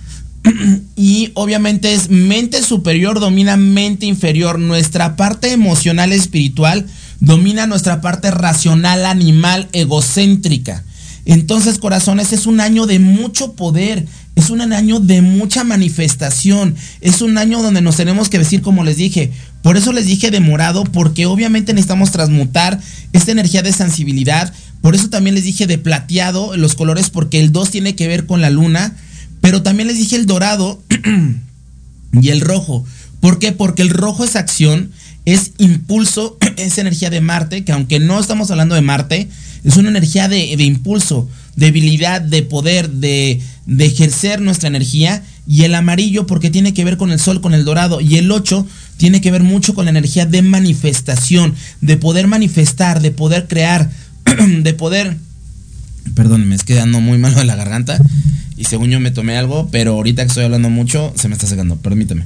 Y obviamente es mente superior domina mente inferior. Nuestra parte emocional espiritual domina nuestra parte racional, animal, egocéntrica. Entonces, corazones, es un año de mucho poder, es un año de mucha manifestación, es un año donde nos tenemos que vestir como les dije. Por eso les dije de morado, porque obviamente necesitamos transmutar esta energía de sensibilidad. Por eso también les dije de plateado los colores, porque el dos tiene que ver con la luna. Pero también les dije el dorado y el rojo. ¿Por qué? Porque el rojo es acción, es impulso, es energía de Marte, que aunque no estamos hablando de Marte, es una energía de, de impulso, de habilidad, de poder, de, de ejercer nuestra energía. Y el amarillo porque tiene que ver con el sol, con el dorado. Y el ocho tiene que ver mucho con la energía de manifestación, de poder manifestar, de poder crear, de poder... Perdón, me es quedando muy malo de la garganta y según yo me tomé algo, pero ahorita que estoy hablando mucho se me está secando, permíteme.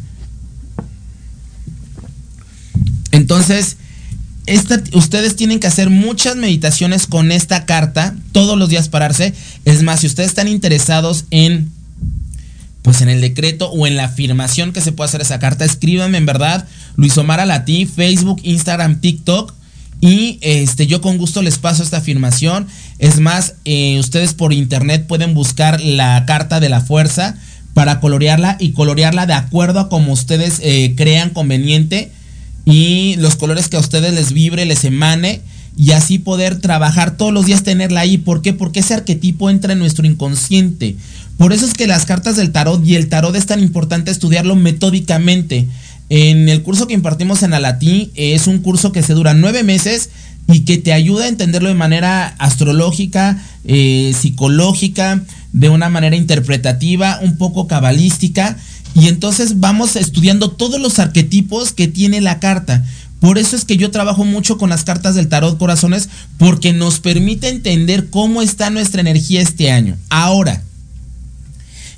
Entonces, esta, ustedes tienen que hacer muchas meditaciones con esta carta, todos los días pararse. Es más, si ustedes están interesados en, pues en el decreto o en la afirmación que se puede hacer esa carta, escríbanme, en verdad, Luis Omar Alatí, Facebook, Instagram, TikTok. Y este, yo con gusto les paso esta afirmación. Es más, eh, ustedes por internet pueden buscar la carta de la fuerza para colorearla y colorearla de acuerdo a como ustedes eh, crean conveniente y los colores que a ustedes les vibre, les emane, y así poder trabajar todos los días, tenerla ahí. ¿Por qué? Porque ese arquetipo entra en nuestro inconsciente. Por eso es que las cartas del tarot y el tarot es tan importante estudiarlo metódicamente. En el curso que impartimos en Alatí, es un curso que se dura nueve meses y que te ayuda a entenderlo de manera astrológica, eh, psicológica, de una manera interpretativa, un poco cabalística. Y entonces vamos estudiando todos los arquetipos que tiene la carta. Por eso es que yo trabajo mucho con las cartas del tarot, corazones, porque nos permite entender cómo está nuestra energía este año. Ahora,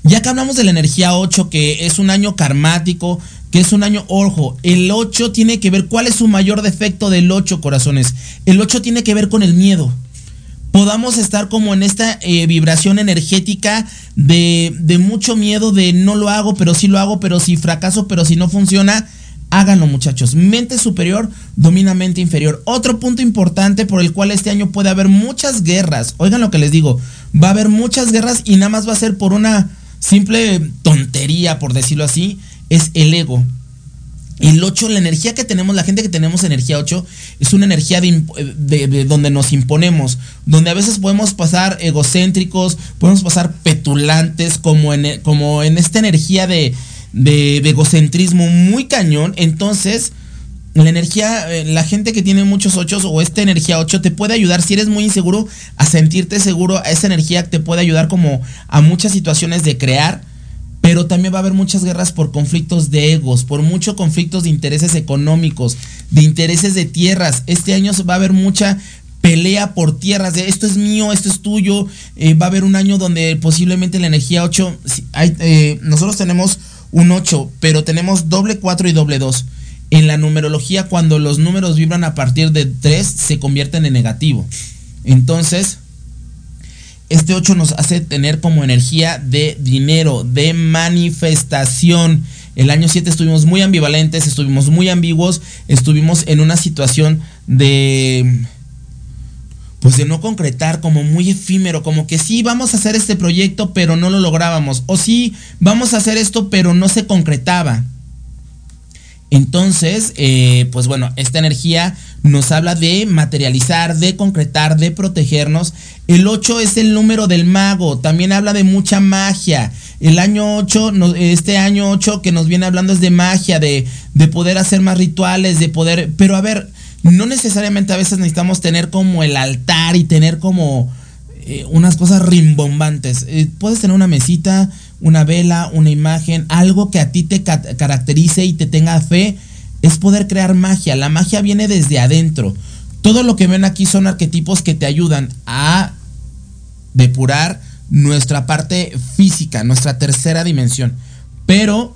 Ya que hablamos de la energía ocho, que es un año karmático, que es un año, ojo, el ocho tiene que ver, ¿cuál es su mayor defecto del ocho, corazones? El ocho tiene que ver con el miedo. Podamos estar como en esta eh, vibración energética de, de mucho miedo, de no lo hago, pero sí lo hago, pero si fracaso, pero si no funciona, háganlo, muchachos. Mente superior domina mente inferior. Otro punto importante por el cual este año puede haber muchas guerras. Oigan lo que les digo, va a haber muchas guerras y nada más va a ser por una simple tontería, por decirlo así, es el ego. El ocho, la energía que tenemos, la gente que tenemos energía ocho, es una energía de, de, de donde nos imponemos, donde a veces podemos pasar egocéntricos, podemos pasar petulantes, como en, como en esta energía de, de, de egocentrismo muy cañón. Entonces, la energía, la gente que tiene muchos ochos o esta energía ocho te puede ayudar, si eres muy inseguro, a sentirte seguro. A esa energía te puede ayudar como a muchas situaciones de crear. Pero también va a haber muchas guerras por conflictos de egos, por muchos conflictos de intereses económicos, de intereses de tierras. Este año va a haber mucha pelea por tierras, de esto es mío, esto es tuyo. Eh, va a haber un año donde posiblemente la energía ocho, hay, eh, nosotros tenemos un ocho, pero tenemos doble cuatro y doble dos. En la numerología, cuando los números vibran a partir de tres, se convierten en negativo. Entonces, este ocho nos hace tener como energía de dinero, de manifestación. El año siete estuvimos muy ambivalentes, estuvimos muy ambiguos, estuvimos en una situación de, pues de no concretar, como muy efímero, como que sí, vamos a hacer este proyecto, pero no lo lográbamos. O sí, vamos a hacer esto, pero no se concretaba. Entonces, eh, pues bueno, esta energía nos habla de materializar, de concretar, de protegernos. El ocho es el número del mago, también habla de mucha magia. El año ocho, este año ocho que nos viene hablando es de magia, de, de poder hacer más rituales, de poder... Pero a ver, no necesariamente a veces necesitamos tener como el altar y tener como eh, unas cosas rimbombantes. Eh, puedes tener una mesita, una vela, una imagen, algo que a ti te ca- caracterice y te tenga fe. Es poder crear magia. La magia viene desde adentro. Todo lo que ven aquí son arquetipos que te ayudan a depurar nuestra parte física, nuestra tercera dimensión. Pero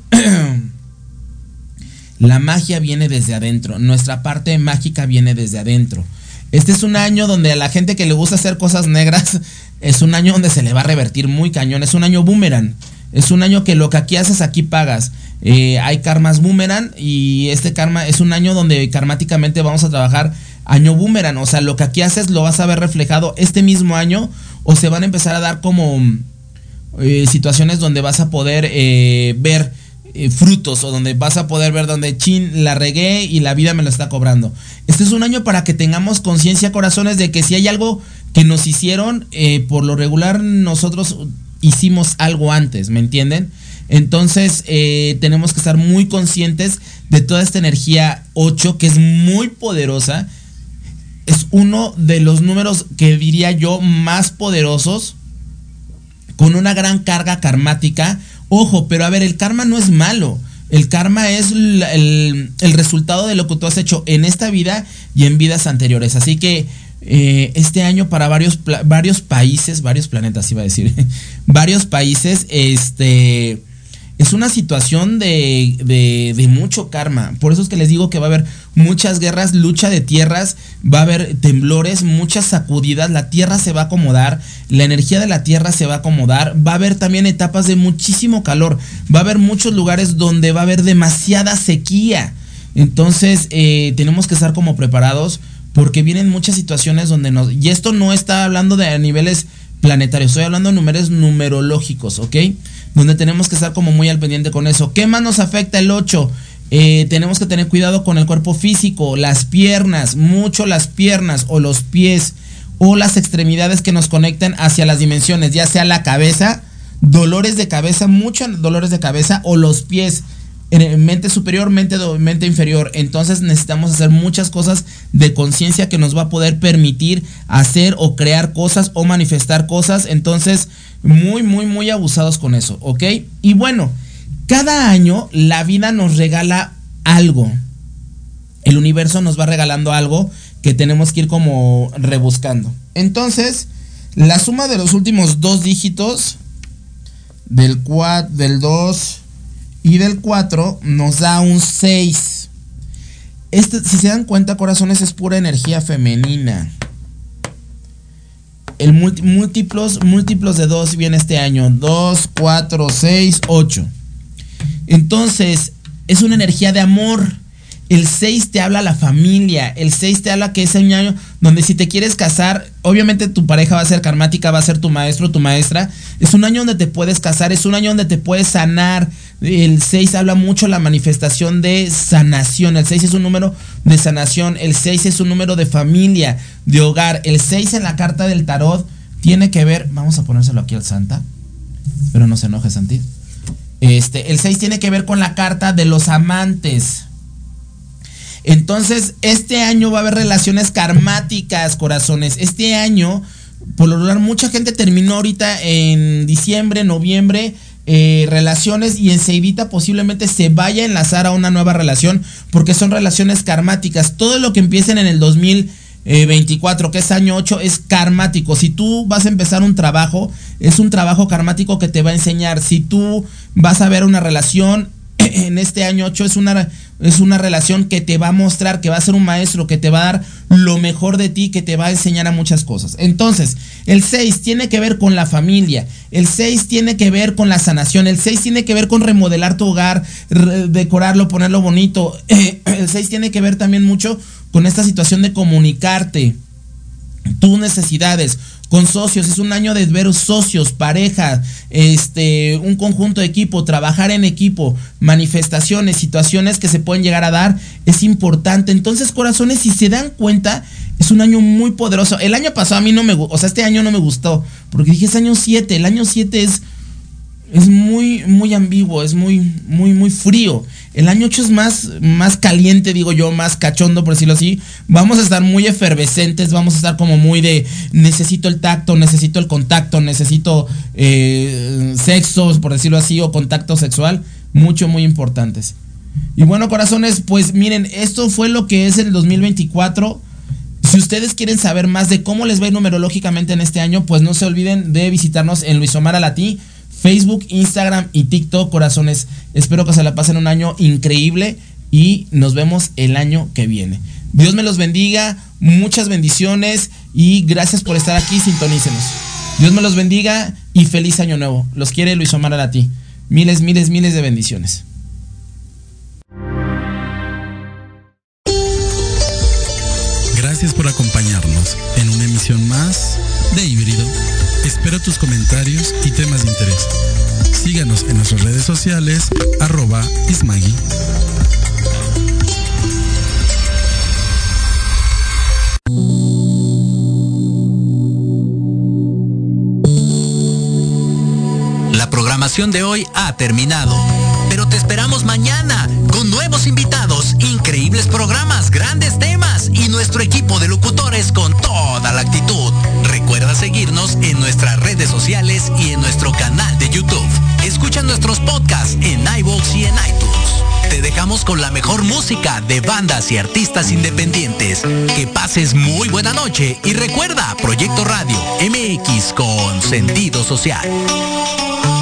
la magia viene desde adentro. Nuestra parte mágica viene desde adentro. Este es un año donde a la gente que le gusta hacer cosas negras, es un año donde se le va a revertir muy cañón. Es un año boomerang. Es un año que lo que aquí haces, aquí pagas. Eh, hay karmas boomerang y este karma es un año donde karmáticamente vamos a trabajar año boomerang. O sea, lo que aquí haces lo vas a ver reflejado este mismo año, o se van a empezar a dar como eh, situaciones donde vas a poder eh, ver eh, frutos, o donde vas a poder ver donde chin, la regué y la vida me lo está cobrando. Este es un año para que tengamos conciencia, corazones, de que si hay algo que nos hicieron, eh, por lo regular nosotros hicimos algo antes, ¿me entienden? Entonces eh, tenemos que estar muy conscientes de toda esta energía ocho, que es muy poderosa. Es uno de los números que diría yo más poderosos, con una gran carga karmática. Ojo, pero a ver, el karma no es malo. El karma es el, el, el resultado de lo que tú has hecho en esta vida y en vidas anteriores. Así que Eh, este año para varios, varios países, varios planetas iba a decir, varios países, este, es una situación de, de, de mucho karma. Por eso es que les digo que va a haber muchas guerras, lucha de tierras, va a haber temblores, muchas sacudidas, la tierra se va a acomodar, la energía de la tierra se va a acomodar, va a haber también etapas de muchísimo calor, va a haber muchos lugares donde va a haber demasiada sequía. Entonces eh, tenemos que estar como preparados, porque vienen muchas situaciones donde nos... Y esto no está hablando de niveles planetarios, estoy hablando de números numerológicos, ¿ok? Donde tenemos que estar como muy al pendiente con eso. ¿Qué más nos afecta el ocho? Eh, tenemos que tener cuidado con el cuerpo físico, las piernas, mucho las piernas o los pies o las extremidades que nos conectan hacia las dimensiones, ya sea la cabeza, dolores de cabeza, muchos dolores de cabeza, o los pies. Mente superior, mente, mente inferior. Entonces necesitamos hacer muchas cosas de conciencia que nos va a poder permitir hacer o crear cosas o manifestar cosas. Entonces muy muy muy abusados con eso, ¿ok? Y bueno, cada año la vida nos regala algo. El universo nos va regalando algo que tenemos que ir como rebuscando. Entonces la suma de los últimos dos dígitos del cuatro, del dos y del cuatro nos da un seis. Este, si se dan cuenta, corazones, es pura energía femenina. El multi, múltiplos, múltiplos de dos viene este año. dos, cuatro, seis, ocho. Entonces, es una energía de amor. El seis te habla a la familia. El seis te habla que es un año donde si te quieres casar, obviamente tu pareja va a ser karmática, va a ser tu maestro, tu maestra. Es un año donde te puedes casar, es un año donde te puedes sanar. El seis habla mucho de la manifestación de sanación. El seis es un número de sanación. El seis es un número de familia, de hogar. El seis en la carta del tarot tiene que ver, vamos a ponérselo aquí al Santa, pero no se enoje, Santi. Este, el seis tiene que ver con la carta de los amantes. Entonces, este año va a haber relaciones karmáticas, corazones. Este año, por lo general, mucha gente terminó ahorita en diciembre, noviembre, eh, relaciones, y enseguida posiblemente se vaya a enlazar a una nueva relación, porque son relaciones karmáticas. Todo lo que empiecen en el dos mil veinticuatro, que es año ocho, es karmático. Si tú vas a empezar un trabajo, es un trabajo karmático que te va a enseñar. Si tú vas a ver una relación en este año ocho, es una, es una relación que te va a mostrar, que va a ser un maestro, que te va a dar lo mejor de ti, que te va a enseñar a muchas cosas. Entonces, el seis tiene que ver con la familia, el seis tiene que ver con la sanación, el seis tiene que ver con remodelar tu hogar, decorarlo, ponerlo bonito. El seis tiene que ver también mucho con esta situación de comunicarte tus necesidades con socios. Es un año de ver socios, pareja, este, un conjunto de equipo, trabajar en equipo, manifestaciones, situaciones que se pueden llegar a dar, es importante. Entonces, corazones, si se dan cuenta, es un año muy poderoso. El año pasado a mí no me gustó, o sea, este año no me gustó, porque dije, es año siete, el año siete es, es muy, muy ambiguo, es muy, muy, muy frío. El año ocho es más, más caliente, digo yo, más cachondo, por decirlo así. Vamos a estar muy efervescentes, vamos a estar como muy de necesito el tacto, necesito el contacto, necesito eh, sexo, por decirlo así, o contacto sexual, mucho, muy importantes. Y bueno, corazones, pues miren, esto fue lo que es el dos mil veinticuatro. Si ustedes quieren saber más de cómo les va a ir numerológicamente en este año, pues no se olviden de visitarnos en Luis Omar Alatí, Facebook, Instagram y TikTok, corazones. Espero que se la pasen un año increíble y nos vemos el año que viene. Dios me los bendiga, muchas bendiciones y gracias por estar aquí, sintonícenos. Dios me los bendiga y feliz año nuevo. Los quiere Luis Omar Alatí. Miles, miles, miles de bendiciones. Gracias por acompañarnos en una emisión más de Híbrido. Espero tus comentarios y temas de interés. Síganos en nuestras redes sociales, arroba Ismagui. La programación de hoy ha terminado, pero te esperamos mañana con nuevos invitados, increíbles programas, grandes temas y nuestro equipo de locutores con toda la actitud. Recuerda seguirnos en nuestras redes sociales y en nuestro canal de YouTube. Escucha nuestros podcasts en iVoox y en iTunes. Te dejamos con la mejor música de bandas y artistas independientes. Que pases muy buena noche y recuerda, Proyecto Radio M X con sentido social.